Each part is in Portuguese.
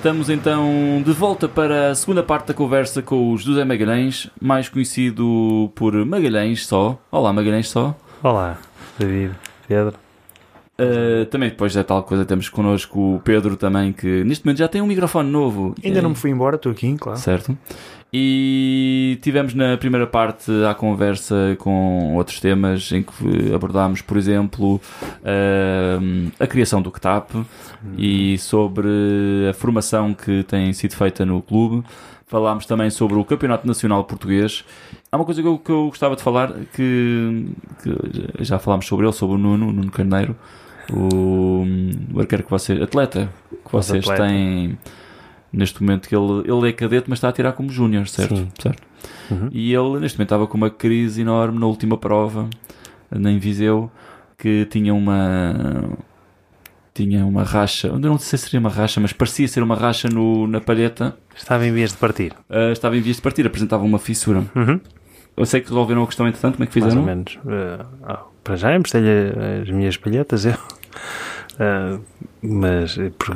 Estamos então de volta para a segunda parte da conversa com o José Magalhães, mais conhecido por Magalhães Só. Olá, Magalhães Só. Olá, David, Pedro. Também depois da tal coisa temos connosco o Pedro também, que neste momento já tem um microfone novo. Ainda não me fui embora, estou aqui, claro. Certo. E tivemos na primeira parte a conversa com outros temas em que abordámos, por exemplo, a criação do CTAP e sobre a formação que tem sido feita no clube. Falámos também sobre o Campeonato Nacional Português. Há uma coisa que eu gostava de falar, que já falámos sobre ele, sobre o Nuno Carneiro, o arqueiro atleta que vocês têm neste momento, que ele é cadete, mas está a tirar como júnior, certo? Sim. Certo. E ele neste momento estava com uma crise enorme na última prova, em Viseu, que tinha uma racha, eu não sei se seria uma racha, mas parecia ser uma racha na palheta. Estava em vias de partir. Estava em vias de partir, apresentava uma fissura. Eu sei que resolveram a questão entretanto, como é que fizeram? Mais ou menos. Para já emprestei as minhas palhetas, mas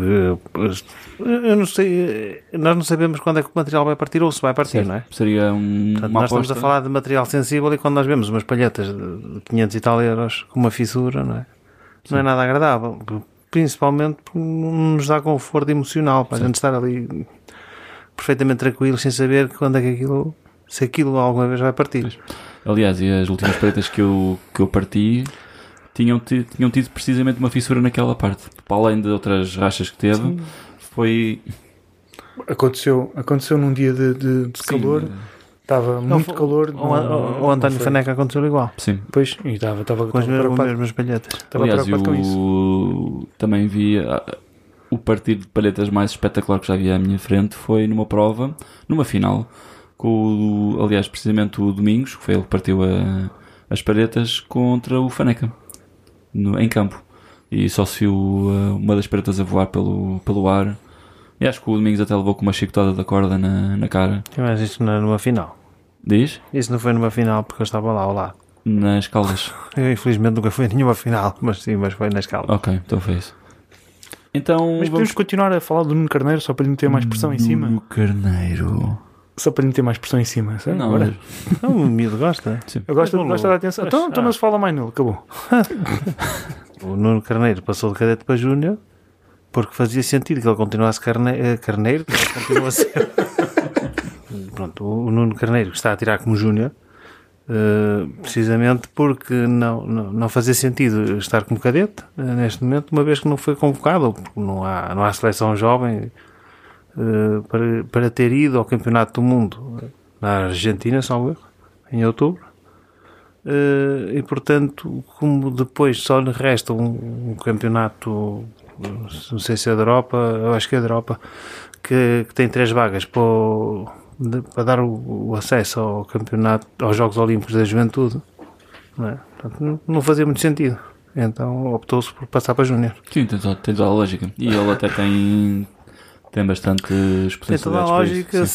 eu não sei, nós não sabemos quando é que o material vai partir ou se vai partir, certo. não é? Seria Portanto, uma nós aposta. estamos a falar de material sensível e quando nós vemos umas palhetas de 500 e tal euros com uma fissura, não é? Não é nada agradável, principalmente porque não nos dá conforto emocional para a gente estar ali perfeitamente tranquilos sem saber quando é que se aquilo alguma vez vai partir. Aliás, e as últimas palhetas que eu parti tinham tido precisamente uma fissura naquela parte. Para além de outras rachas que teve, sim. Foi... Aconteceu num dia de calor, estava muito calor. O António Faneca aconteceu igual. Sim. Pois, e estava com as mesmas palhetas. Estava preocupado com isso. Também vi o partido de palhetas mais espetacular que já vi à minha frente foi numa prova, numa final, aliás, precisamente o Domingos, que foi ele que partiu as palhetas contra o Faneca, em campo. E só se viu uma das palhetas a voar pelo ar. E acho que o Domingos até levou com uma chicotada da corda na cara. Mas isso não é numa final. Diz? Isso não foi numa final porque eu estava lá ao lado. Nas Caldas. Eu infelizmente nunca fui a nenhuma final, mas foi nas Caldas. Ok, então foi isso. Então, mas podemos continuar a falar do Nuno Carneiro só para lhe meter mais pressão em cima? Nuno Carneiro. Só para lhe meter mais pressão em cima, sabe? Não, agora. O miúdo gosta. Sim. Eu gosto da atenção. Então não se fala mais nele, acabou. O Nuno Carneiro passou de cadete para júnior porque fazia sentido que ele continuasse Carneiro, que ele continua a ser. Pronto, o Nuno Carneiro está a tirar como júnior, precisamente porque não fazia sentido estar como cadete neste momento, uma vez que não foi convocado, porque não há seleção jovem para ter ido ao Campeonato do Mundo na Argentina, salvo erro, em outubro. E portanto, como depois só lhe resta um campeonato, não sei se é da Europa, eu acho que é da Europa, que tem 3 vagas para dar o acesso ao campeonato, aos Jogos Olímpicos da Juventude, não é? Portanto, não fazia muito sentido, então optou-se por passar para Júnior. Sim, tem toda a lógica, e ele até tem bastante experiencialidades. Tem toda a lógica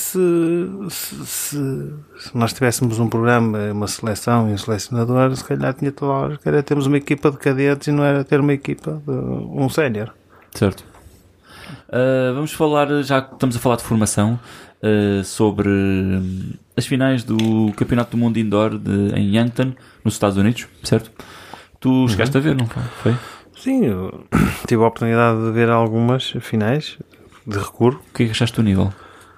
se nós tivéssemos um programa, uma seleção e um selecionador, se calhar tinha toda a lógica, era termos uma equipa de cadetes e não era ter uma equipa de um sénior. Certo. Vamos falar, já que estamos a falar de formação, sobre as finais do Campeonato do Mundo Indoor em Yankton, nos Estados Unidos, certo? Tu chegaste a ver, não foi? Sim, eu tive a oportunidade de ver algumas finais de recurso. O que é que achaste do nível?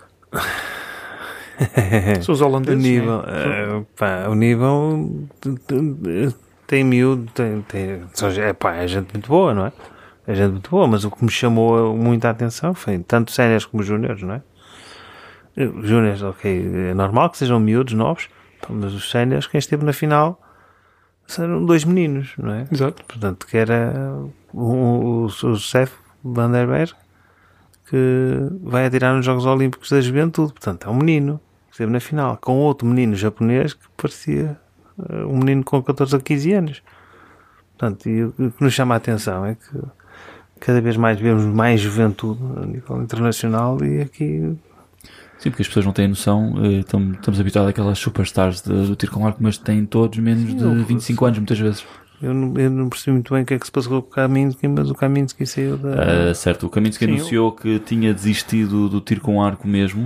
São os holandeses. O nível tem miúdo, é gente muito boa, não é? É gente muito boa, mas o que me chamou muita atenção foi tanto séniores como júniores, não é? Júniores, ok, é normal que sejam miúdos novos, mas os séniores, quem esteve na final, eram 2 meninos, não é? Exato. Portanto, que era o Josef Vanderberg, que vai atirar nos Jogos Olímpicos da Juventude. Portanto, é um menino que esteve na final, com outro menino japonês que parecia um menino com 14 ou 15 anos. Portanto, e o que nos chama a atenção é que cada vez mais vemos mais juventude a nível internacional e aqui... Sim, porque as pessoas não têm noção, estamos habituados àquelas superstars do tiro com arco, mas têm todos menos de 25 anos, muitas vezes. Eu não percebi muito bem o que é que se passou com o Kaminsky, mas o Kaminsky saiu da... Certo, o Kaminsky anunciou que tinha desistido do tiro com arco mesmo.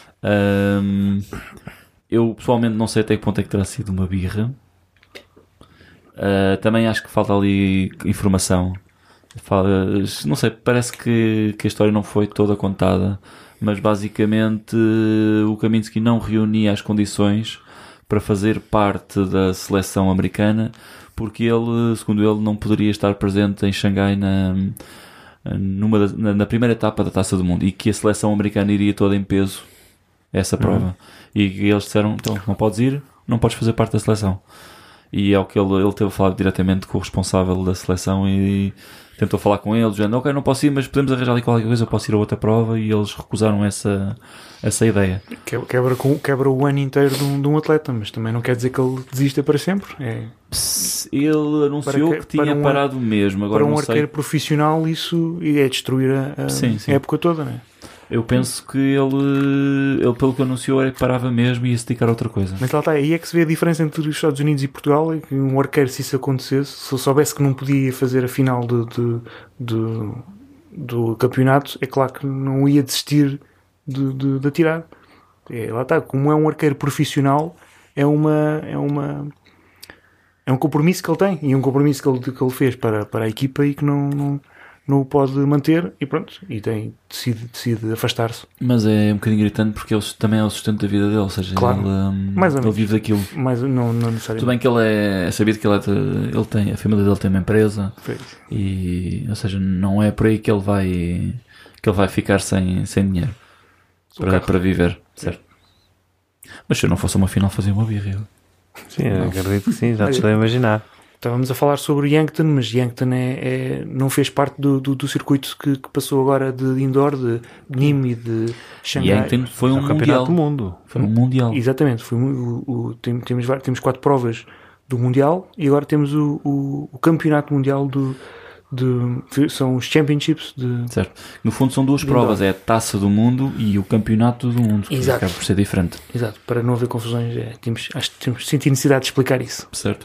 Eu pessoalmente não sei até que ponto é que terá sido uma birra. Também acho que falta ali informação. Não sei, parece que a história não foi toda contada, mas basicamente o Kaminsky não reunia as condições para fazer parte da seleção americana, porque ele, segundo ele, não poderia estar presente em Xangai na primeira etapa da Taça do Mundo, e que a seleção americana iria toda em peso a essa prova. E eles disseram, então não podes ir, não podes fazer parte da seleção. E é o que ele teve a falar diretamente com o responsável da seleção e tentou falar com eles, dizendo, ok, não posso ir, mas podemos arranjar ali qualquer coisa, eu posso ir a outra prova, e eles recusaram essa ideia. Quebra o ano inteiro de um atleta, mas também não quer dizer que ele desista para sempre. Ele anunciou que tinha parado mesmo. Agora, para um arqueiro profissional isso é destruir a época toda, não é? Eu penso que ele pelo que anunciou, é que parava mesmo e ia se dedicar a outra coisa. Mas lá está, aí é que se vê a diferença entre os Estados Unidos e Portugal, é que um arqueiro, se isso acontecesse, se eu soubesse que não podia fazer a final do campeonato, é claro que não ia desistir de atirar. Lá está, como é um arqueiro profissional, é um compromisso que ele tem, e um compromisso que ele fez para a equipa e que não o pode manter, e pronto, e decide afastar-se. Mas é um bocadinho irritante, porque ele também é o sustento da vida dele, ou seja, claro, ele vive daquilo. Mas não necessariamente. Tudo bem que ele é sabido que ele tem, a família dele tem uma empresa, e, ou seja, não é por aí que ele vai ficar sem dinheiro para viver, certo? Mas se eu não fosse uma final, fazia uma birra. Sim, eu acredito que sim, já te estou a imaginar. Estávamos a falar sobre o Yankton, mas Yankton não fez parte do circuito que passou agora de indoor, de Nîmes e de Xangai. Yankton foi um campeonato do mundo. Foi um mundial. Exatamente. Temos 4 provas do mundial e agora temos o campeonato mundial são os championships certo. No fundo são duas provas, é a Taça do Mundo e o Campeonato do Mundo, que acaba por ser diferente. Exato, para não haver confusões, acho que temos sentido necessidade de explicar isso. Certo.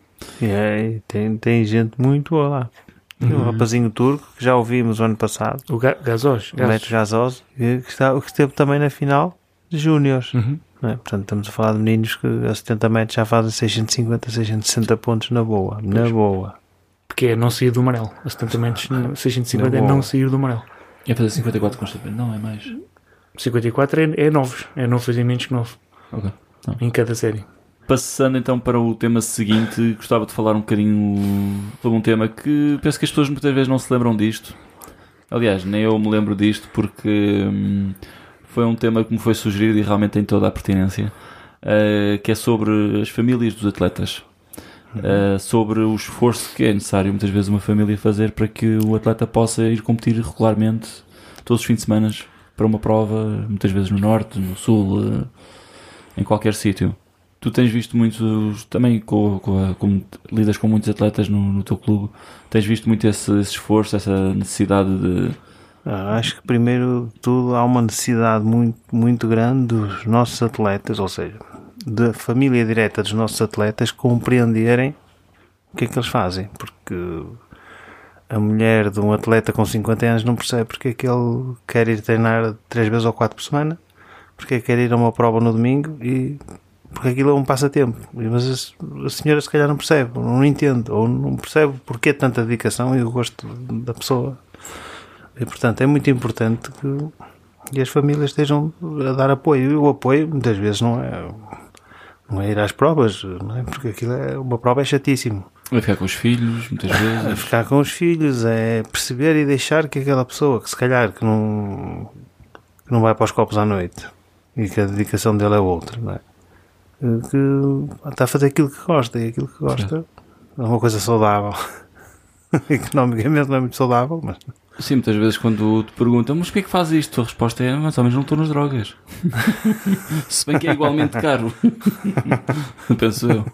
E tem gente muito boa lá. Um rapazinho turco que já ouvimos o ano passado, o Gazoz, o Metro Gazoz, que esteve também na final de Júniors. Não é? Portanto, estamos a falar de meninos que a 70 metros já fazem 650, 660 pontos na boa. Na boa. Porque é não sair do amarelo. A 70 metros, 650 é não sair do amarelo. É fazer 54 constantemente, não é mais. 54 é novos. É não fazer menos que 9. Ok. Não. Em cada série. Passando então para o tema seguinte, gostava de falar um bocadinho sobre um tema que penso que as pessoas muitas vezes não se lembram disto. Aliás, nem eu me lembro disto, porque foi um tema que me foi sugerido e realmente tem toda a pertinência, que é sobre as famílias dos atletas. Sobre o esforço que é necessário muitas vezes uma família fazer para que o atleta possa ir competir regularmente todos os fins de semana para uma prova, muitas vezes no norte, no sul, em qualquer sítio. Tu tens visto muitos, também como lidas com muitos atletas no teu clube, tens visto muito esse esforço, essa necessidade de... Acho que primeiro de tudo há uma necessidade muito, muito grande dos nossos atletas, ou seja, da família direta dos nossos atletas, compreenderem o que é que eles fazem, porque a mulher de um atleta com 50 anos não percebe porque é que ele quer ir treinar 3 vezes ou 4 por semana, porque é que quer ir a uma prova no domingo, e porque aquilo é um passatempo. Mas a senhora se calhar não percebe, ou não entende, ou não percebe porque tanta dedicação e o gosto da pessoa. E portanto é muito importante que as famílias estejam a dar apoio. E o apoio muitas vezes não é ir às provas, não é? Porque aquilo uma prova é chatíssimo. É ficar com os filhos, muitas vezes. É ficar com os filhos, é perceber e deixar que aquela pessoa que se calhar que não vai para os copos à noite e que a dedicação dele é outra, não é? Que está a fazer aquilo que gosta, e aquilo que gosta é uma coisa saudável. Economicamente não é muito saudável, mas... Sim, muitas vezes quando te perguntam, mas porquê que faz isto? A resposta é, mas ao menos não estou nas drogas. Se bem que é igualmente caro. Penso eu.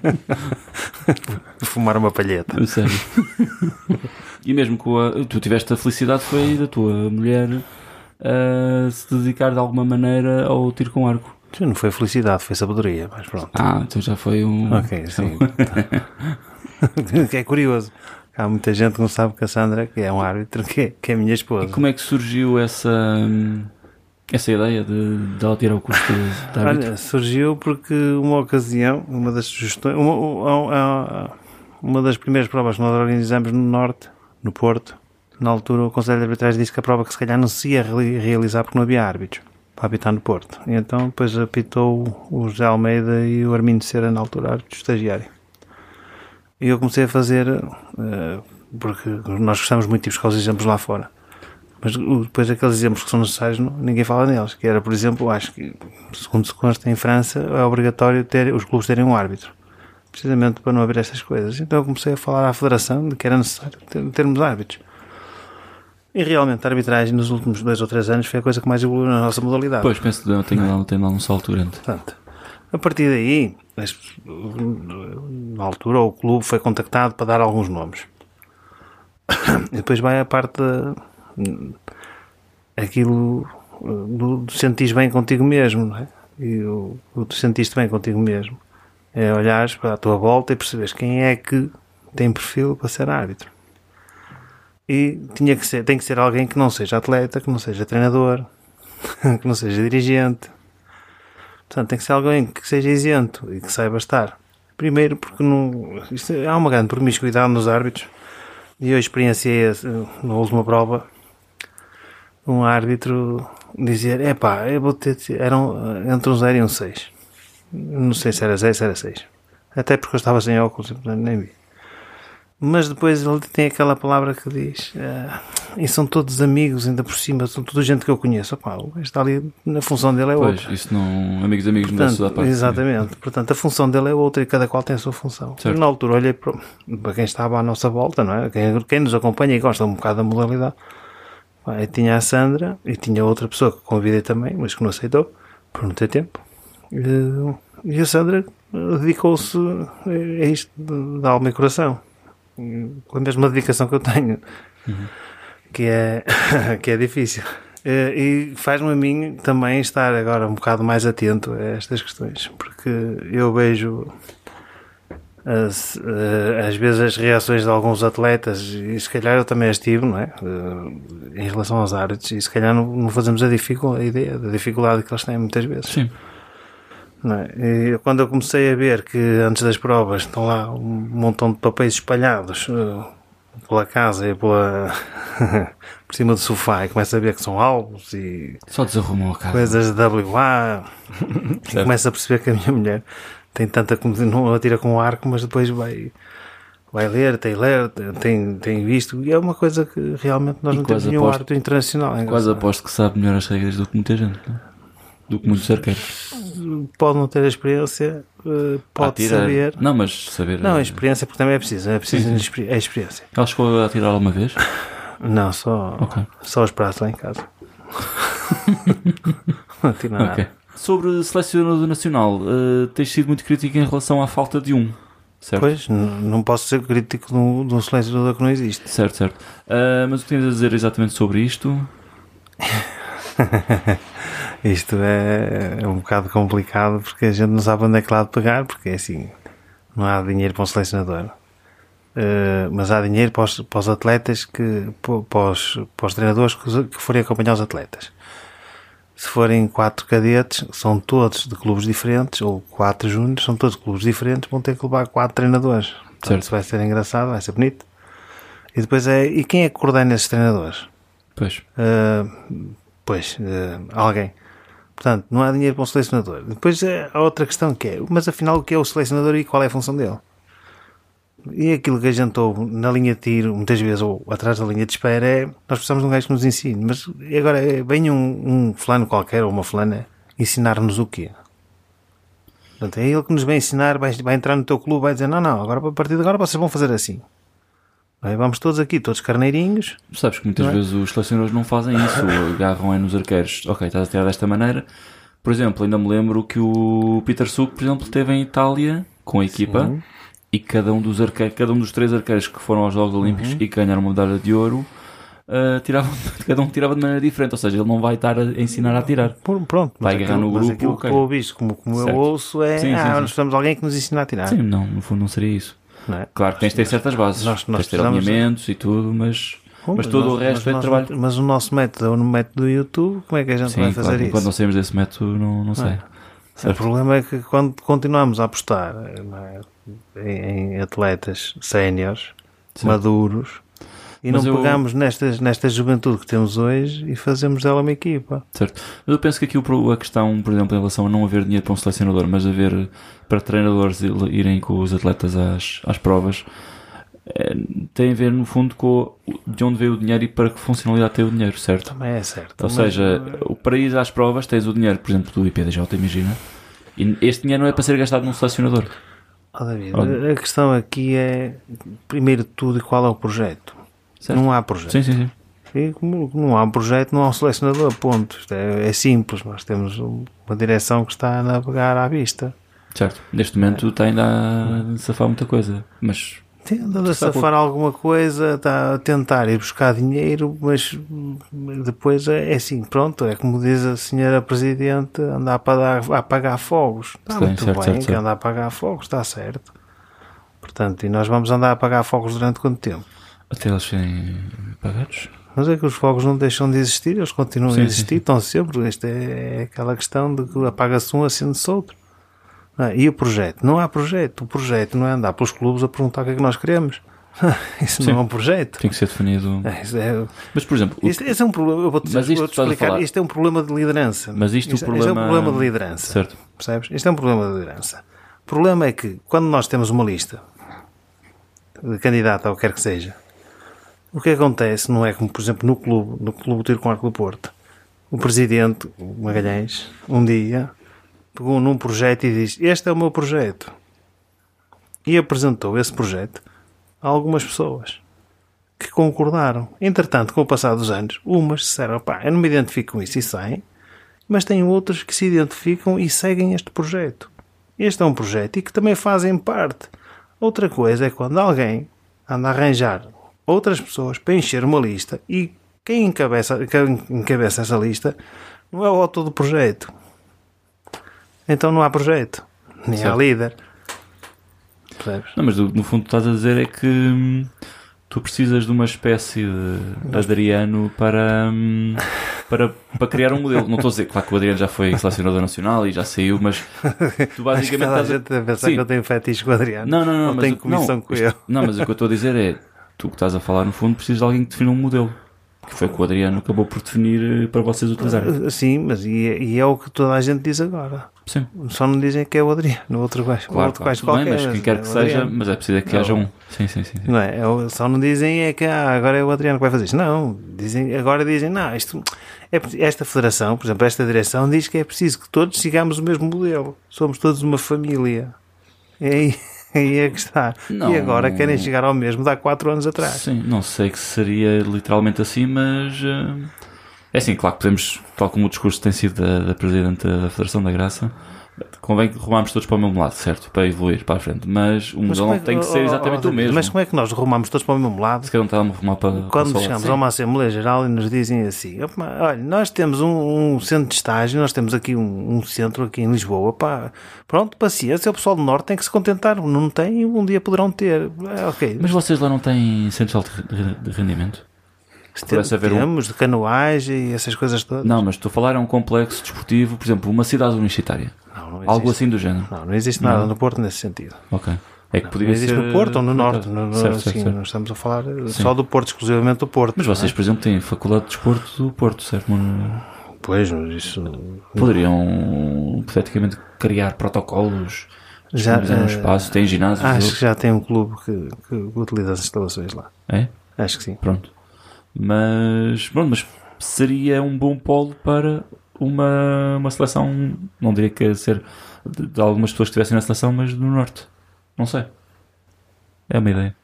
Fumar uma palheta. Sério. E mesmo tu tiveste a felicidade foi da tua mulher se dedicar de alguma maneira ao tiro com arco. Não foi felicidade, foi sabedoria, mas pronto. Então já foi um... Ok, sim. Que é curioso. Há muita gente que não sabe que a Sandra, que é um árbitro, que é a minha esposa. E como é que surgiu essa ideia de ela tirar o curso de árbitro? Olha, surgiu porque uma ocasião, uma das sugestões, uma das primeiras provas que nós organizamos no Norte, no Porto, na altura o Conselho de Arbitragem disse que a prova que se calhar não se ia realizar porque não havia árbitros para apitar no Porto. E então depois apitou o José Almeida e o Armindo Cera na altura, árbitro estagiário. E eu comecei a fazer, porque nós gostamos muito de buscar os exemplos lá fora. Mas depois aqueles exemplos que são necessários, ninguém fala neles. Que era, por exemplo, acho que, segundo se consta, em França é obrigatório os clubes terem um árbitro. Precisamente para não haver estas coisas. Então eu comecei a falar à Federação de que era necessário termos árbitros. E realmente a arbitragem nos últimos 2 ou 3 anos foi a coisa que mais evoluiu na nossa modalidade. Pois, penso que tem lá um salto grande. Portanto, a partir daí, na altura, o clube foi contactado para dar alguns nomes. E depois vai a parte aquilo do sentires bem contigo mesmo, não é? E o sentiste bem contigo mesmo é olhares para a tua volta e perceberes quem é que tem perfil para ser árbitro. E tem que ser alguém que não seja atleta, que não seja treinador, que não seja dirigente. Portanto, tem que ser alguém que seja isento e que saiba estar. Primeiro, porque há uma grande promiscuidade nos árbitros. E eu experienciei na última prova um árbitro dizer: eu vou ter. Eram entre um 0 e um 6. Não sei se era 0 se era 6. Até porque eu estava sem óculos, nem vi. Mas depois ele tem aquela palavra que diz: e são todos amigos, ainda por cima, são toda gente que eu conheço. Está ali, na função dele é outra. Pois, isso não. Amigos não dá sua parte. Exatamente. Portanto, a função dele é outra e cada qual tem a sua função. Certo. Na altura olhei para quem estava à nossa volta, não é? Quem nos acompanha e gosta um bocado da modalidade. Aí tinha a Sandra e tinha outra pessoa que convidei também, mas que não aceitou, por não ter tempo. E a Sandra dedicou-se a isto de alma e coração. Com a mesma dedicação que eu tenho, que é difícil. E faz-me a mim também estar agora um bocado mais atento a estas questões, porque eu vejo às vezes as reações de alguns atletas, e se calhar eu também as tive, não é? Em relação aos árbitros, e se calhar não fazemos a ideia da dificuldade que eles têm muitas vezes. Sim. Não é? E quando eu comecei a ver que antes das provas estão lá um montão de papéis espalhados pela casa e por cima do sofá, e começo a ver que são alvos e só desarrumou a casa, coisas de WA, e começo a perceber que a minha mulher tem tanta como não atira com o arco, mas depois vai ler, tem visto, e é uma coisa que realmente nós não temos nenhum árbitro internacional. Quase aposto que sabe melhor as regras do que muita gente, não? Do que muitos arqueiros. Pode não ter a experiência, pode saber. Não, mas saber. Não, a experiência, porque também é preciso a experiência. Ela chegou a atirar alguma vez? Não, só os pratos lá em casa. Não tira nada. Okay. Sobre selecionador nacional, tens sido muito crítico em relação à falta de um, certo? Pois, não posso ser crítico de um selecionador que não existe. Certo. Mas o que tens a dizer exatamente sobre isto? Isto é um bocado complicado, porque a gente não sabe onde é que lá de pegar, porque é assim, não há dinheiro para um selecionador, mas há dinheiro para os atletas, para os treinadores que forem acompanhar os atletas. Se forem 4 cadetes, são todos de clubes diferentes, ou 4 júniores, são todos de clubes diferentes, vão ter que levar 4 treinadores. Portanto, isso vai ser engraçado, vai ser bonito. E depois e quem é que coordena esses treinadores? Pois. Alguém. Portanto, não há dinheiro para um selecionador. Depois há outra questão que é, mas afinal o que é o selecionador e qual é a função dele? E aquilo que a gente ouve na linha de tiro, muitas vezes, ou atrás da linha de espera, é nós precisamos de um gajo que nos ensine. Mas agora vem um fulano qualquer, ou uma fulana, ensinar-nos o quê? Portanto, é ele que nos vai ensinar, vai entrar no teu clube, vai dizer, não, agora, a partir de agora vocês vão fazer assim. Vamos todos aqui, todos carneirinhos. Sabes que muitas vezes os selecionadores não fazem isso, agarram nos arqueiros. Ok, estás a tirar desta maneira. Por exemplo, ainda me lembro que o Peter Suk, por exemplo, esteve em Itália com a equipa. Sim. E cada um dos 3 arqueiros que foram aos Jogos Olímpicos e que ganharam uma medalha de ouro, cada um tirava de maneira diferente, ou seja, ele não vai estar a ensinar a atirar. Pronto, Vai agarrar no mas grupo, aquilo ok. que eu ouvi, como eu Certo. ouço, é Sim, sim, sim. nós precisamos de alguém que nos ensine a atirar. Sim, não, no fundo não seria isso. Não é? Claro que tens de ter certas bases, nós tens de ter precisamos- alinhamentos e tudo, mas todo o resto é trabalho. Mas o nosso método é o método do YouTube, como é que a gente vai Sim, fazer claro, isso? enquanto não saímos desse método, não sei. O Certo. problema é que quando continuamos a apostar em atletas séniores, Certo. maduros, e Mas não eu- pegamos nesta juventude que temos hoje e fazemos dela uma equipa. Certo. Mas eu penso que aqui a questão, por exemplo, em relação a não haver dinheiro para um selecionador, mas haver para treinadores irem com os atletas às provas, tem a ver, no fundo, com de onde veio o dinheiro e para que funcionalidade tem o dinheiro, certo? Também é certo. Ou seja, para ir às provas tens o dinheiro, por exemplo, do IPDJ, imagina, e este dinheiro não é para ser gastado num selecionador. David, a questão aqui é, primeiro de tudo, qual é o projeto? Certo. Não há projeto. Sim, sim, sim. E como não há um projeto, não há um selecionador, ponto. Isto é simples, nós temos uma direção que está a navegar à vista. Certo. Neste momento está ainda a safar muita coisa, mas Tendo a safar alguma coisa, está a tentar ir buscar dinheiro, mas depois é assim, pronto, é como diz a senhora Presidente, andar a apagar fogos. Está Sim, muito certo, bem, certo, que certo. andar a apagar fogos, está certo. Portanto, e nós vamos andar a apagar fogos durante quanto tempo? até eles serem pagados. Mas é que os fogos não deixam de existir, eles continuam Sim, a sim, existir, sim. estão sempre. Isto é aquela questão de que apaga-se um, acende-se outro. E o projeto? Não há projeto. O projeto não é andar pelos clubes a perguntar o que é que nós queremos. Isso Sim. não é um projeto. Tem que ser definido. Isso é, Mas, por exemplo, esse é um problema. Eu vou-te Mas isto vou-te estás a explicar. falar- Isto é um problema de liderança. Mas isto o Isto é um problema- problema de liderança. Certo. Percebes? Isto é um problema de liderança. O problema é que quando nós temos uma lista de candidato ao que quer que seja, o que acontece não é como, por exemplo, no Clube Tiro com Arco do Porto, o presidente, o Magalhães, um dia pegou num projeto e disse: este é o meu projeto. E apresentou esse projeto a algumas pessoas que concordaram. Entretanto, com o passar dos anos, umas disseram: pá, eu não me identifico com isso e saem, mas tem outras que se identificam e seguem este projeto. Este é um projeto e que também fazem parte. Outra coisa é quando alguém anda a arranjar outras pessoas para encher uma lista e quem encabeça essa lista não é o autor do projeto. Então não há projeto, nem há Certo. líder. Percebes? Não, mas no fundo estás a dizer é que tu precisas de uma espécie de Adriano para criar um modelo. Não estou a dizer, claro que o Adriano já foi selecionador nacional e já saiu, mas tu Acho que basicamente toda a estás a... gente deve pensar Sim. que eu tenho fetiche com o Adriano. Não, Não mas tenho comissão com ele. Não, mas o que eu estou a dizer é, tu que estás a falar no fundo precisas de alguém que defina um modelo. Que foi o que o Adriano acabou por definir para vocês utilizarem. Sim, mas e é o que toda a gente diz agora. Sim, Só não dizem que é o Adriano. No outro gajo, claro, outro claro. gajo Tudo bem, qualquer. mas quem quer que é o seja, Adriano. mas é preciso que haja um. Sim. Não é? Só não dizem é que agora é o Adriano que vai fazer isto. Não, agora dizem, não, esta federação, por exemplo, esta direção diz que é preciso que todos sigamos o mesmo modelo. Somos todos uma família. E aí é que está. Não. E agora querem chegar ao mesmo de há 4 anos atrás. Sim, não sei que seria literalmente assim, mas é assim, claro que podemos, tal como o discurso tem sido da Presidente da Federação da Graça, convém que rumamos todos para o mesmo lado, certo? Para evoluir para a frente, mas o modelo não tem que ser exatamente o mesmo. Mas como é que nós rumamos todos para o mesmo lado? Se calhar não está a rumar para Quando para o chegamos lado. a uma Assembleia Geral e nos dizem assim: olha, nós temos um centro de estágio, nós temos aqui um centro aqui em Lisboa, pá, pronto, paciência, o pessoal do Norte tem que se contentar, não tem, um dia poderão ter. Ok, Mas vocês lá não têm centros de rendimento? pudesse haver temos de canoagem e essas coisas todas. Não, mas estou a falar é um complexo desportivo, por exemplo, uma cidade universitária. Não existe. Algo assim do género. Não existe nada no Porto nesse sentido. Ok. É que Não poderia existe ser no Porto ou no Norte. Certo, Assim, certo. não estamos a falar só do Porto, exclusivamente do Porto. Mas vocês, por exemplo, têm Faculdade de Desporto do Porto, certo? Pois, mas isso... Poderiam, hipoteticamente, criar protocolos, disponibilizar um espaço, têm ginásios. Acho que já tem um clube que utiliza as instalações lá. É? Acho que sim. Pronto. Mas seria um bom polo para uma seleção, não diria que ia ser de algumas pessoas que estivessem na seleção, mas do Norte. Não sei. É uma ideia.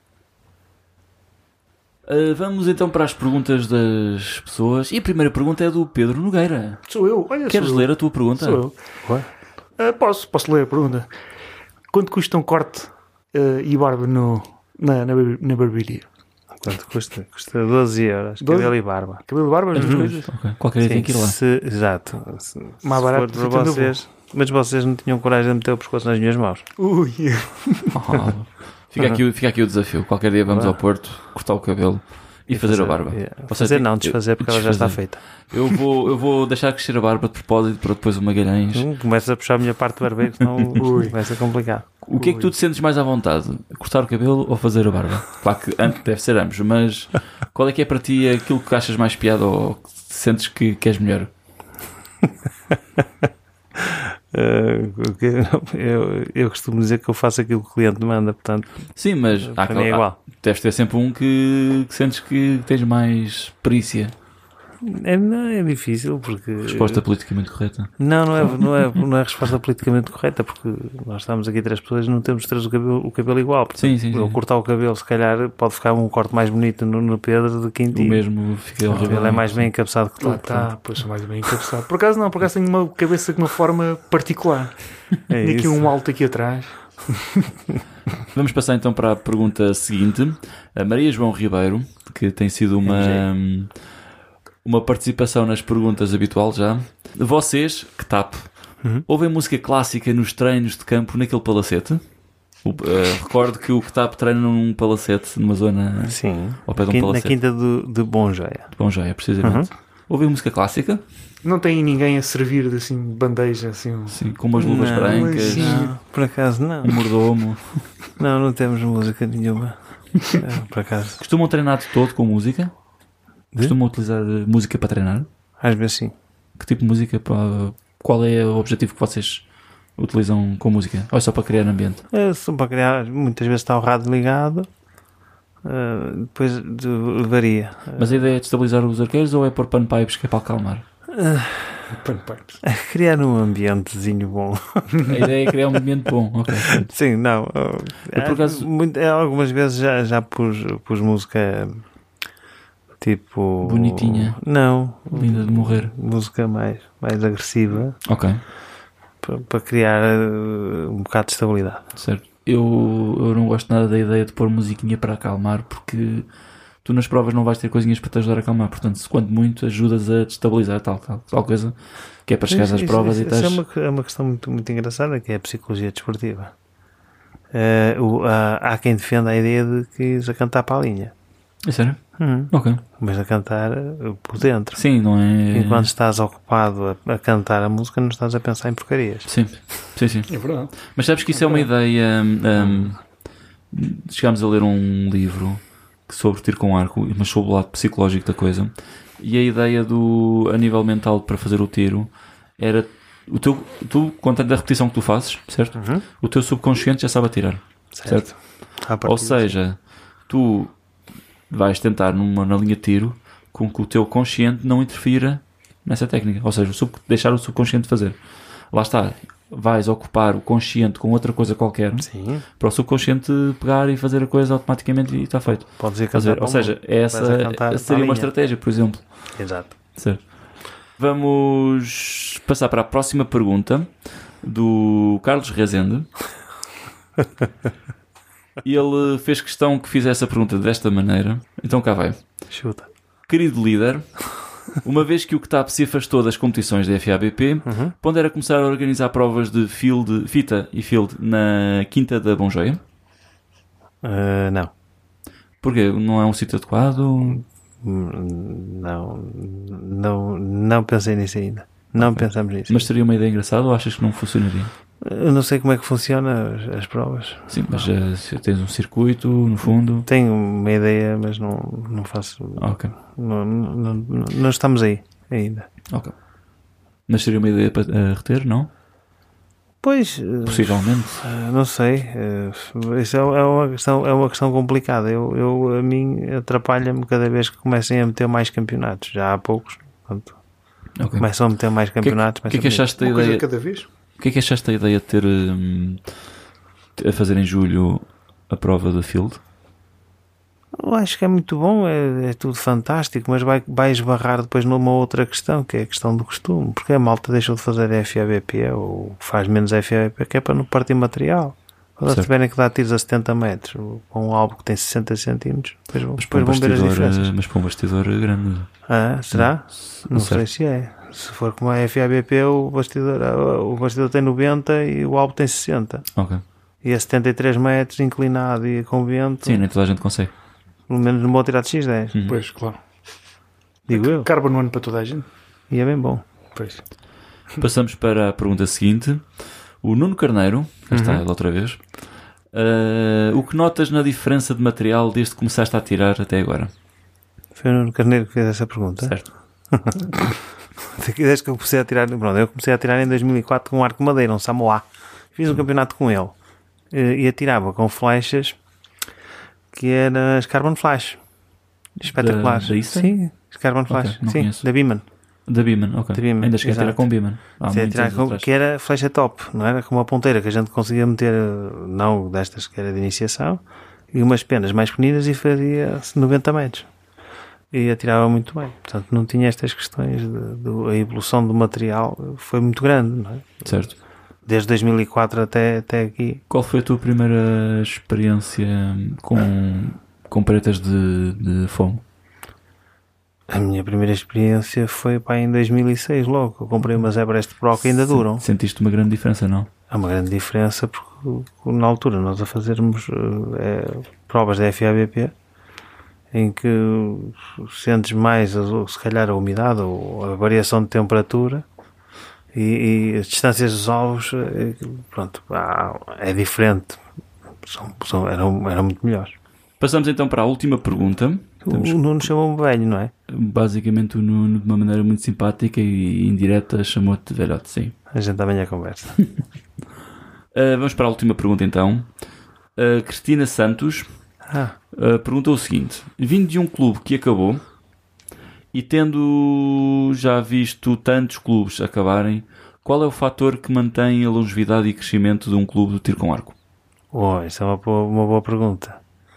Vamos então para as perguntas das pessoas. E a primeira pergunta é do Pedro Nogueira. Sou eu. Olha, Queres sou ler a tua pergunta? eu. Sou eu. Posso ler a pergunta? Quanto custa um corte e barba na barbearia? Quanto custa? Custa 12 euros. 12? Cabelo e barba. Cabelo e barba, as duas coisas. Ok. Qualquer dia tem que ir lá. Exato. Se Mais barato for para vocês. Mas vocês não tinham coragem de meter o pescoço nas minhas mãos. Ui. Oh, fica aqui o desafio. Qualquer dia vamos ao Porto, cortar o cabelo e fazer a barba. Fazer não, desfazer, porque ela já está feita. Eu vou deixar crescer a barba de propósito para depois o Magalhães. Começa a puxar a minha parte do barbeiro, senão começa a complicar. O que é que tu te sentes mais à vontade? Cortar o cabelo ou fazer a barba? Claro que deve ser ambos, mas qual é que é para ti aquilo que achas mais piada ou que sentes que és melhor? Eu costumo dizer que eu faço aquilo que o cliente manda, portanto. Sim, mas para mim é igual. Deves ter sempre um que sentes que tens mais perícia. É difícil porque. Resposta politicamente correta. Não é resposta politicamente correta, porque nós estamos aqui 3 pessoas e não temos 3 o cabelo igual. Portanto, sim. Eu cortar o cabelo, se calhar pode ficar um corte mais bonito no Pedro do que em ti. O mesmo fica horrível. Ele é mais bem encabeçado que tu. Pois sou mais bem encabeçado. Por acaso tenho uma cabeça com uma forma particular. Tem aqui um alto aqui atrás. Vamos passar então para a pergunta seguinte. A Maria João Ribeiro, que tem sido uma participação nas perguntas habitual já. Vocês, que TAP, ouvem música clássica nos treinos de campo naquele palacete? Recordo que o KTAP treina num palacete, numa zona ao pé de um palacete. Na quinta de Bom Joia. De Bom Joia, precisamente. Ouvem música clássica? Não tem ninguém a servir de assim, bandeja assim. Sim, com umas luvas brancas. Não, por acaso não. Um mordomo. Não temos música nenhuma. Por acaso. Costumam treinar de todo com música? Costumam utilizar música para treinar? Às vezes sim. Que tipo de música? Qual é o objetivo que vocês utilizam com música? Ou é só para criar ambiente? Só para criar. Muitas vezes está o rádio ligado. Depois varia. Mas a ideia é de estabilizar os arqueiros ou é pôr panpipes que é para acalmar? Criar um ambientezinho bom. A ideia é criar um ambiente bom. Okay. Sim, não. Eu, por acaso... algumas vezes já pus música tipo... Bonitinha. Não. Linda de morrer. Música mais agressiva. Ok. Para criar um bocado de estabilidade. Certo. Eu não gosto nada da ideia de pôr musiquinha para acalmar, porque tu nas provas não vais ter coisinhas para te ajudar a acalmar. Portanto, se quanto muito ajudas a destabilizar tal coisa que é para chegar às provas e estás... É uma questão muito, muito engraçada, que é a psicologia desportiva. Há quem defenda a ideia de que is a cantar para a linha. É sério? Ok. Mas a cantar por dentro. Sim, não é... Enquanto estás ocupado a cantar a música, não estás a pensar em porcarias. Sim. É verdade. Mas sabes que isso é uma ideia... chegámos a ler um livro sobre tiro com arco, mas sobre o lado psicológico da coisa, e a ideia a nível mental para fazer o tiro era tu contando da repetição que tu fazes, certo? O teu subconsciente já sabe atirar, certo? Ou seja, tu vais tentar na linha de tiro com que o teu consciente não interfira nessa técnica, ou seja, deixar o subconsciente fazer. Lá está, vais ocupar o consciente com outra coisa qualquer. Sim. Para o subconsciente pegar e fazer a coisa automaticamente e está feito. Pode dizer cantar. Ou seja, essa seria uma estratégia, por exemplo. Exato. Certo. Vamos passar para a próxima pergunta do Carlos Rezende. Ele fez questão que fizesse a pergunta desta maneira. Então cá vai. Chuta. Querido líder, uma vez que o KTAP se afastou das competições da FABP, pondera começar a organizar provas de fita e field na Quinta da Bom Joia? Não. Porquê? Não é um sítio adequado? Não pensei nisso ainda. Não pensamos nisso. Mas seria uma ideia engraçada ou achas que não funcionaria? Eu não sei como é que funciona as provas. Sim, mas se tens um circuito no fundo... Tenho uma ideia, mas não faço... Ok. Não estamos aí ainda. Ok. Mas seria uma ideia para reter, não? Pois... Possivelmente. Não sei. Isso é uma questão complicada. A mim atrapalha-me cada vez que comecem a meter mais campeonatos. Já há poucos. Portanto, começam a meter mais campeonatos. O que é que achaste da ideia? Cada vez? O que é que achaste da ideia de ter a fazer em julho a prova do field? Eu acho que é muito bom, é tudo fantástico, mas vai esbarrar depois numa outra questão, que é a questão do costume. Porque a malta deixou de fazer FABP ou faz menos FABP, que é para não partir material. Quando eles Certo. tiverem que dar tiros a 70 metros com um alvo que tem 60 centímetros, depois Mas para vão ver as diferenças. mas para um bastidor grande. Será? Não sei Certo. se é. Se for como a FABP, o bastidor tem 90 e o alvo tem 60. Ok. E a 73 metros, inclinado e com vento, Sim, nem toda a gente consegue. pelo menos não vou tirar de X10. Pois, claro. Digo eu. Carbono ano para toda a gente. E é bem bom. Pois. Passamos para a pergunta seguinte. O Nuno Carneiro, cá está ele outra vez. O que notas na diferença de material desde que começaste a tirar até agora? Foi o Nuno Carneiro que fez essa pergunta. Certo. Desde que eu comecei a tirar, pronto, eu comecei a tirar em 2004 com um arco de madeira, um Samoa. Fiz um campeonato com ele e atirava com flechas que eram as Carbon Flash. Espetaculares. Da Easton? Sim, as Carbon Flash. não Sim, conheço. da Beeman. Da Beeman, ok. Da Beeman, Ainda cheguei a tirar exato. com Beeman. Comecei a tirar que era flecha top, não era? Com uma ponteira que a gente conseguia meter, não destas que era de iniciação, e umas penas mais pequeninas e fazia 90 metros. E atirava muito bem. Portanto, não tinha estas questões a evolução do material foi muito grande, não é? Certo. Desde 2004 até aqui. Qual foi a tua primeira experiência com pretas de fogo? A minha primeira experiência foi pá, em 2006 logo. Eu comprei umas Everest Pro que ainda duram. Sentiste uma grande diferença, não? Há uma grande diferença porque na altura nós a fazermos provas da FABP em que sentes mais se calhar a umidade ou a variação de temperatura e as distâncias dos alvos pronto, é diferente, eram muito melhores. Passamos então para a última pergunta. O Nuno chamou-me velho, não é? Basicamente o Nuno, de uma maneira muito simpática e indireta, chamou-te de velhote, sim. A gente também a conversa. Vamos para a última pergunta então. Cristina Santos perguntou o seguinte: vindo de um clube que acabou e tendo já visto tantos clubes acabarem, qual é o fator que mantém a longevidade e crescimento de um clube de tiro com arco? Isso é uma boa pergunta.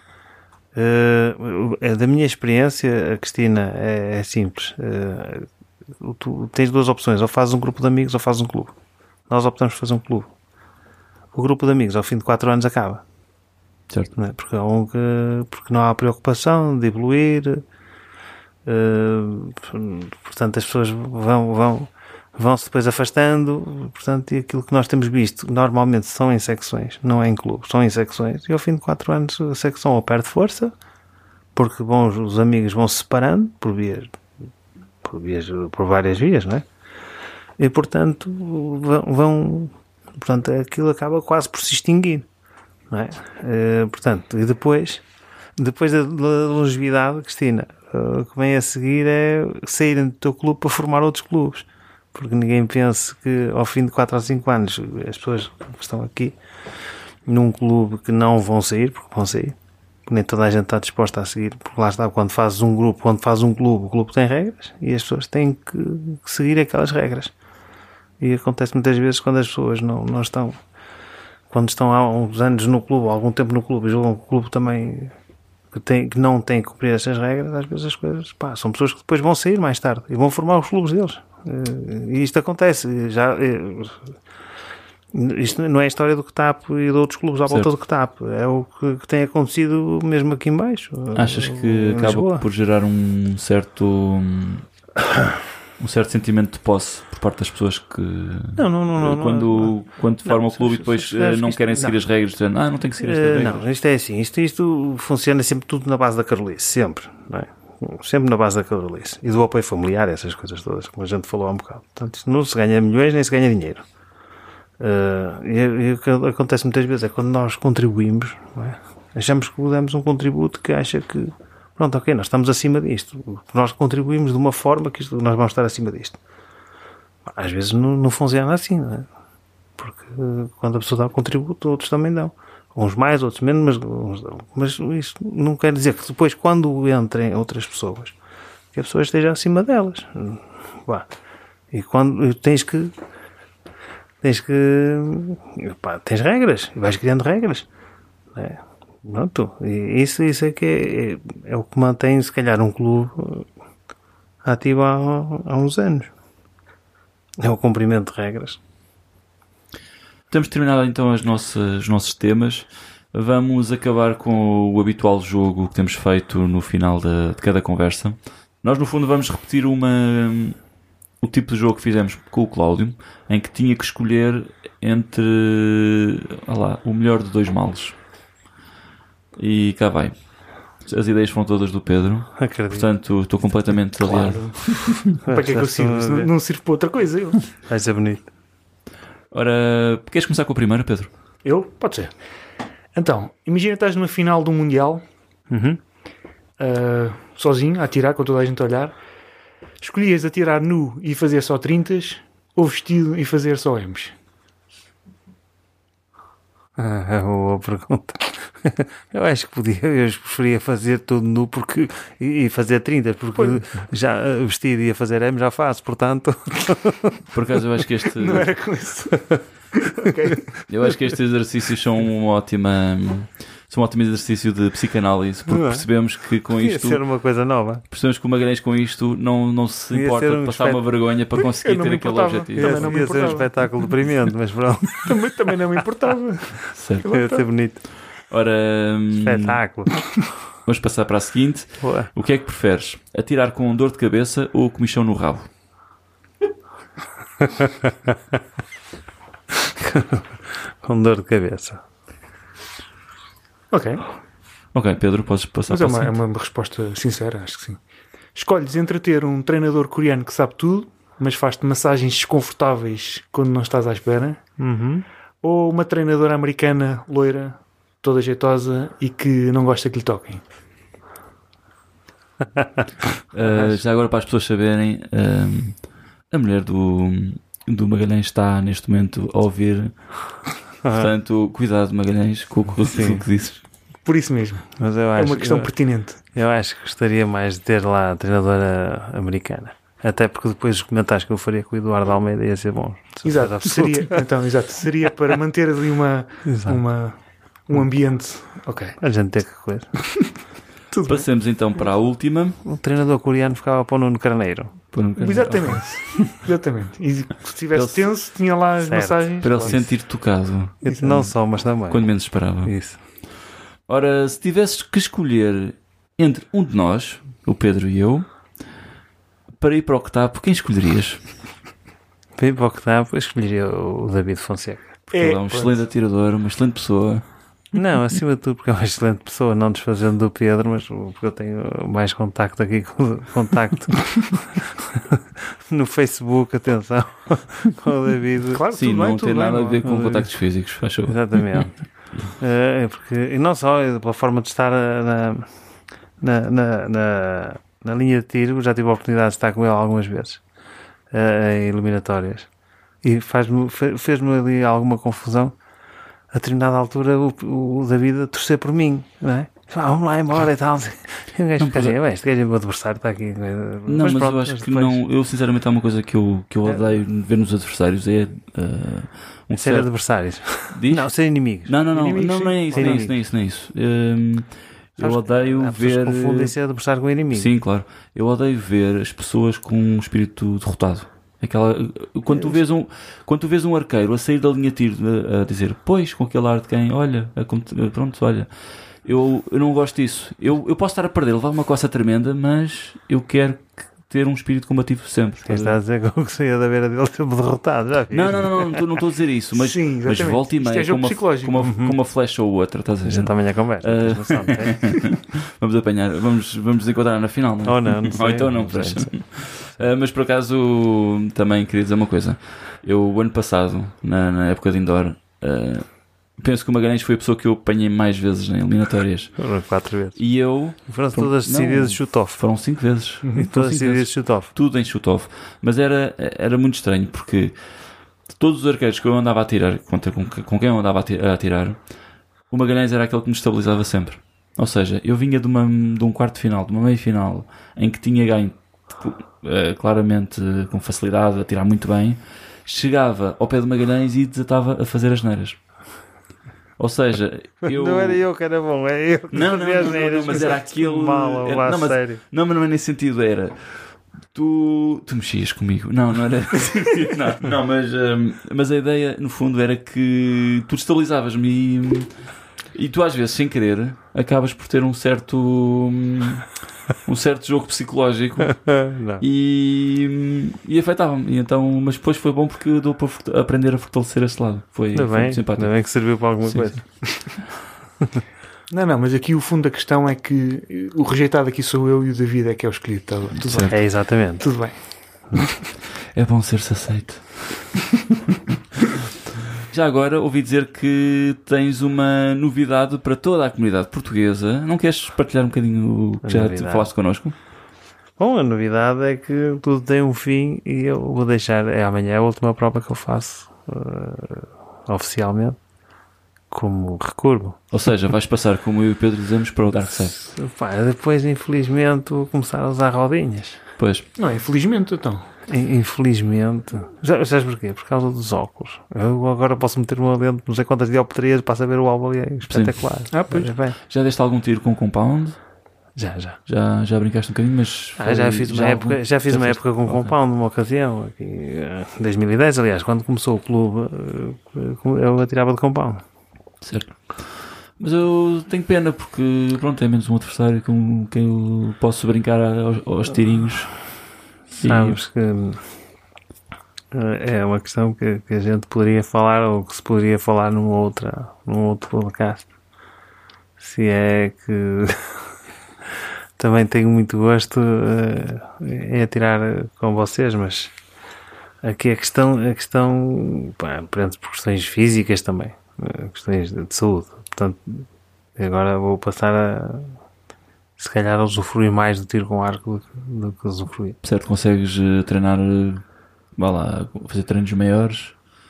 Da minha experiência, a Cristina, é simples. Tu tens duas opções: ou fazes um grupo de amigos ou fazes um clube. Nós optamos por fazer um clube. O grupo de amigos ao fim de 4 anos acaba, Certo. não é? Porque não há preocupação de evoluir, portanto as pessoas vão-se depois afastando, portanto, e aquilo que nós temos visto normalmente são em secções, não é em clubes, são em secções, e ao fim de 4 anos a secção ou perde força, porque os amigos vão se separando por várias vias, não é? E portanto portanto aquilo acaba quase por se extinguir, não é? Portanto, e depois da longevidade, Cristina, o que vem a seguir é saírem do teu clube para formar outros clubes, porque ninguém pense que ao fim de 4 ou 5 anos as pessoas que estão aqui num clube que não vão sair, porque vão sair, porque nem toda a gente está disposta a seguir, porque lá está, quando fazes um grupo, quando fazes um clube, o clube tem regras e as pessoas têm que seguir aquelas regras. E acontece muitas vezes quando as pessoas não estão, quando estão há uns anos no clube, algum tempo no clube, e julgam que o clube também que não tem que cumprir essas regras, às vezes as coisas, são pessoas que depois vão sair mais tarde e vão formar os clubes deles. E isto acontece. Isto não é a história do QTAP e de outros clubes à volta do QTAP, é o que tem acontecido mesmo aqui em baixo. Achas que acaba por gerar um certo sentimento de posse por parte das pessoas que quando formam o clube e depois não querem seguir as regras, dizendo não tem que seguir estas regras? Não, isto é assim, isto funciona sempre tudo na base da carolice, sempre, não é? Sempre na base da carolice e do apoio familiar, essas coisas todas, como a gente falou há um bocado. Portanto, isto não se ganha milhões nem se ganha dinheiro. E o que acontece muitas vezes é quando nós contribuímos, não é? Achamos que damos um contributo que acha que pronto, ok, nós estamos acima disto, nós contribuímos de uma forma que nós vamos estar acima disto. Às vezes não funciona assim, não é? Porque quando a pessoa dá o contributo, outros também dão, uns mais, outros menos, mas isso não quer dizer que depois, quando entrem outras pessoas, que a pessoa esteja acima delas. E quando tens regras, e vais criando regras, não é? Pronto, e isso é que é o que mantém, se calhar, um clube ativo há uns anos. É o cumprimento de regras. temos terminado então os nossos temas. Vamos acabar com o habitual jogo que temos feito no final de cada conversa. Nós, no fundo, vamos repetir o tipo de jogo que fizemos com o Cláudio, em que tinha que escolher entre o melhor de dois males. E cá vai. As ideias foram todas do Pedro. Acredito. Portanto, estou completamente aliado. Para que é que eu sirvo? Não sirvo para outra coisa. Eu. Vai ser bonito. Ora, queres começar com a primeira, Pedro? Eu? Pode ser. Então, imagina que estás numa final de um Mundial, sozinho, a atirar, com toda a gente a olhar. Escolhias atirar nu e fazer só 30 ou vestido e fazer só M's? É uma boa pergunta. Eu acho que eu preferia fazer tudo nu e fazer 30, porque já vestido e a fazer M já faço, portanto. Por acaso eu acho que este. Não era com isso. Okay. Eu acho que estes exercícios são um ótimo exercício de psicanálise, porque percebemos que com isto. Ia ser uma coisa nova. Percebemos que o Magalhães com isto não se importa de passar uma vergonha para conseguir ter aquele objetivo. Ia ser um espetáculo deprimente, mas pronto. também não me importava. Certo. Ia ser bonito. Ora, espetáculo. Vamos passar para a seguinte. Boa. O que é que preferes? Atirar com dor de cabeça ou comichão no rabo? Com dor de cabeça. Ok. Ok, Pedro, podes passar para a seguinte. É uma resposta sincera, acho que sim. Escolhes entre ter um treinador coreano que sabe tudo, mas faz-te massagens desconfortáveis quando não estás à espera, ou uma treinadora americana loira, toda jeitosa e que não gosta que lhe toquem. Já agora, para as pessoas saberem, a mulher do Magalhães está neste momento a ouvir. Portanto, cuidado, Magalhães, com o que dizes. Por isso mesmo. Mas eu acho, é uma questão pertinente. Eu acho que gostaria mais de ter lá a treinadora americana. Até porque depois os comentários que eu faria com o Eduardo Almeida ia ser bom. Exato. Seria para manter ali um ambiente. Ok. A gente tem que coisa. Passemos então para a última. O treinador coreano ficava para o Nuno Carneiro. Exatamente. E se estivesse tenso, tinha lá as massagens. Para ele sentir tocado. Não só, mas também. Quando menos esperava. Isso. Ora, se tivesses que escolher entre um de nós, o Pedro e eu, para ir para o octavo, quem escolherias? Para ir para o octavo, eu escolheria o David Fonseca. Porque ele é um excelente atirador, uma excelente pessoa. Não, acima de tudo porque é uma excelente pessoa, não desfazendo do Pedro, mas porque eu tenho mais contacto aqui no Facebook, atenção, com o David. Claro, sim, não tem nada a ver com contactos físicos, faz favor. Exatamente. E não só pela forma de estar na linha de tiro, já tive a oportunidade de estar com ele algumas vezes em eliminatórias e fez-me ali alguma confusão. A determinada altura o David a torcer por mim, não é? Vamos lá embora e tal. E o gajo fica assim, este gajo é meu adversário, está aqui. Não, mas eu acho que não. Eu sinceramente há uma coisa que eu odeio ver nos adversários ser certo... adversários. Diz? Não, ser inimigos. Não é isso. Eu odeio ver. Confundem ser adversário com inimigo. Sim, claro. Eu odeio ver as pessoas com um espírito derrotado. Quando tu vês um arqueiro a sair da linha de tiro a dizer, pois, com aquele ar de quem, olha, pronto, olha, eu não gosto disso. Eu posso estar a perder, levar uma coça tremenda, mas eu quero ter um espírito combativo sempre. Quem está a dizer que eu gostaria da beira dele sempre derrotado, já vi. Não estou a dizer isso, mas, sim, mas volta e meia com uma flecha ou outra, estás a ver? Já está amanhã a conversa. Vamos apanhar, vamos encontrar na final, não é? Ou não sei, ou então não sei. Mas por acaso também queria dizer uma coisa. Eu, o ano passado, na época de indoor, penso que o Magalhães foi a pessoa que eu apanhei mais vezes em eliminatórias. Foram 4 vezes. E eu... Foram todas decididas de shoot-off. Foram 5 vezes. E todas decididas de shoot-off. Tudo em shoot-off. Mas era muito estranho, porque todos os arqueiros que eu andava a atirar, com quem eu andava a atirar, o Magalhães era aquele que me estabilizava sempre. Ou seja, eu vinha de um quarto de final, de uma meia final, em que tinha ganho claramente com facilidade, a tirar muito bem, chegava ao pé do Magalhães e desatava a fazer as neiras. Ou seja, não era eu que era bom, é eu que não, mas era aquele mal, sério. Não, mas não é nesse sentido, era Tu mexias comigo. Não era. não, mas a ideia, no fundo, era que tu destabilizavas-me e tu, às vezes, sem querer, acabas por ter um certo jogo psicológico e afetava-me. E então, mas depois foi bom porque deu para aprender a fortalecer esse lado. Foi muito simpático. Ainda bem que serviu para alguma coisa. Não, mas aqui o fundo da questão é que o rejeitado aqui sou eu e o David é que é o escolhido. Tá? Tudo bem. É exatamente. Tudo bem. É bom ser-se aceito. Já agora ouvi dizer que tens uma novidade para toda a comunidade portuguesa. Não queres partilhar um bocadinho o que já falaste connosco? Bom, a novidade é que tudo tem um fim e eu vou deixar, amanhã a última prova que eu faço oficialmente como recurvo. Ou seja, vais passar, como eu e o Pedro dizemos, para o Dark Side. Depois, infelizmente, vou começar a usar rodinhas. Pois. Não, infelizmente, então. Infelizmente. Sabes porquê? Por causa dos óculos. Eu agora posso meter uma lente, não sei quantas dioptrias, para saber o álbum ali. É espetacular. Pois. Já deste algum tiro com compound? Já brincaste um bocadinho, mas... Já fiz uma época com compound, numa ocasião, aqui, em 2010, aliás, quando começou o clube, eu atirava de compound. Certo. Mas eu tenho pena porque, pronto, é menos um adversário com quem eu posso brincar aos tirinhos. Sabes que é uma questão que a gente poderia falar, ou que se poderia falar num outro podcast. Se é que também tenho muito gosto em atirar com vocês, mas aqui a questão prende por questões físicas também, questões de saúde. Portanto, agora vou passar se calhar a usufruir mais do tiro com arco do que usufruir. Certo, consegues treinar, fazer treinos maiores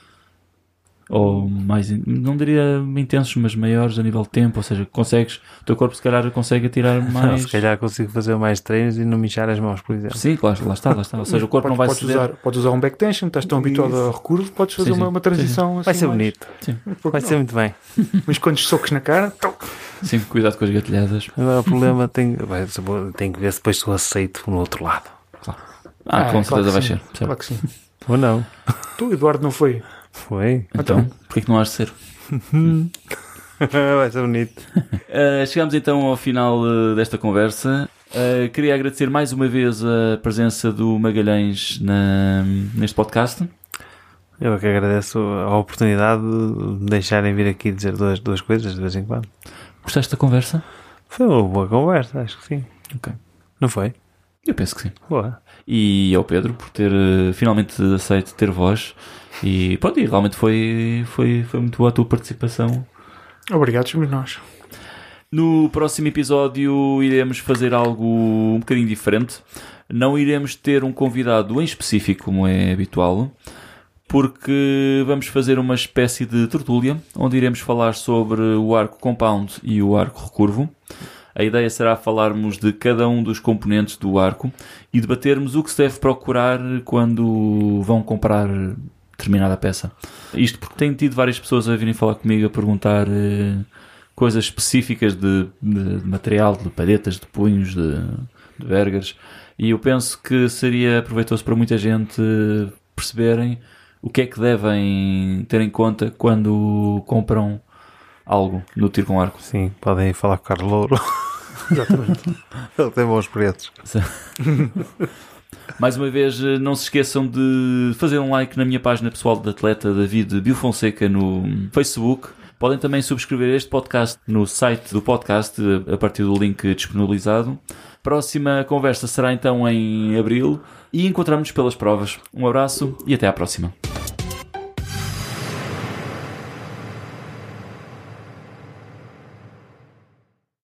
ou mais, não diria intensos, mas maiores a nível de tempo, ou seja, o teu corpo se calhar consegue atirar mais. Não, se calhar consigo fazer mais treinos e não me inchar as mãos, por exemplo. Lá está. Ou seja, o corpo não vai ceder. Podes usar um back tension, estás tão habituado a recurso, podes fazer uma transição assim. Vai ser bonito. Sim. Vai ser muito bem. Mas quantos socos na cara? Sim, cuidado com as gatilhadas. Agora o problema tem que ver se depois tu aceito no outro lado. Claro. Com certeza vai ser. Claro que sim. Ou não. Tu, Eduardo, não foi? Foi. Então, porquê que não has de ser? Vai ser bonito. Chegamos então ao final desta conversa. Queria agradecer mais uma vez a presença do Magalhães neste podcast. Eu que agradeço a oportunidade de me deixarem vir aqui dizer duas coisas de vez em quando. Gostaste da conversa? Foi uma boa conversa, acho que sim. Ok. Não foi? Eu penso que sim. Boa. E ao Pedro por ter finalmente aceito ter voz. E pronto, e realmente foi muito boa a tua participação. Obrigado, somos nós. No próximo episódio iremos fazer algo um bocadinho diferente. Não iremos ter um convidado em específico, como é habitual, porque vamos fazer uma espécie de tertúlia, onde iremos falar sobre o arco compound e o arco recurvo. A ideia será falarmos de cada um dos componentes do arco e debatermos o que se deve procurar quando vão comprar determinada peça. Isto porque tenho tido várias pessoas a virem falar comigo a perguntar coisas específicas de material, de palhetas, de punhos, de bergers, e eu penso que seria proveitoso para muita gente perceberem o que é que devem ter em conta quando compram algo no tiro com arco. Sim, podem ir falar com o Carlos Louro. Exatamente. Ele tem bons preços. Mais uma vez, não se esqueçam de fazer um like na minha página pessoal de atleta David Biofonseca no Facebook. Podem também subscrever este podcast no site do podcast a partir do link disponibilizado. Próxima conversa será então em abril e encontramos-nos pelas provas. Um abraço e até à próxima.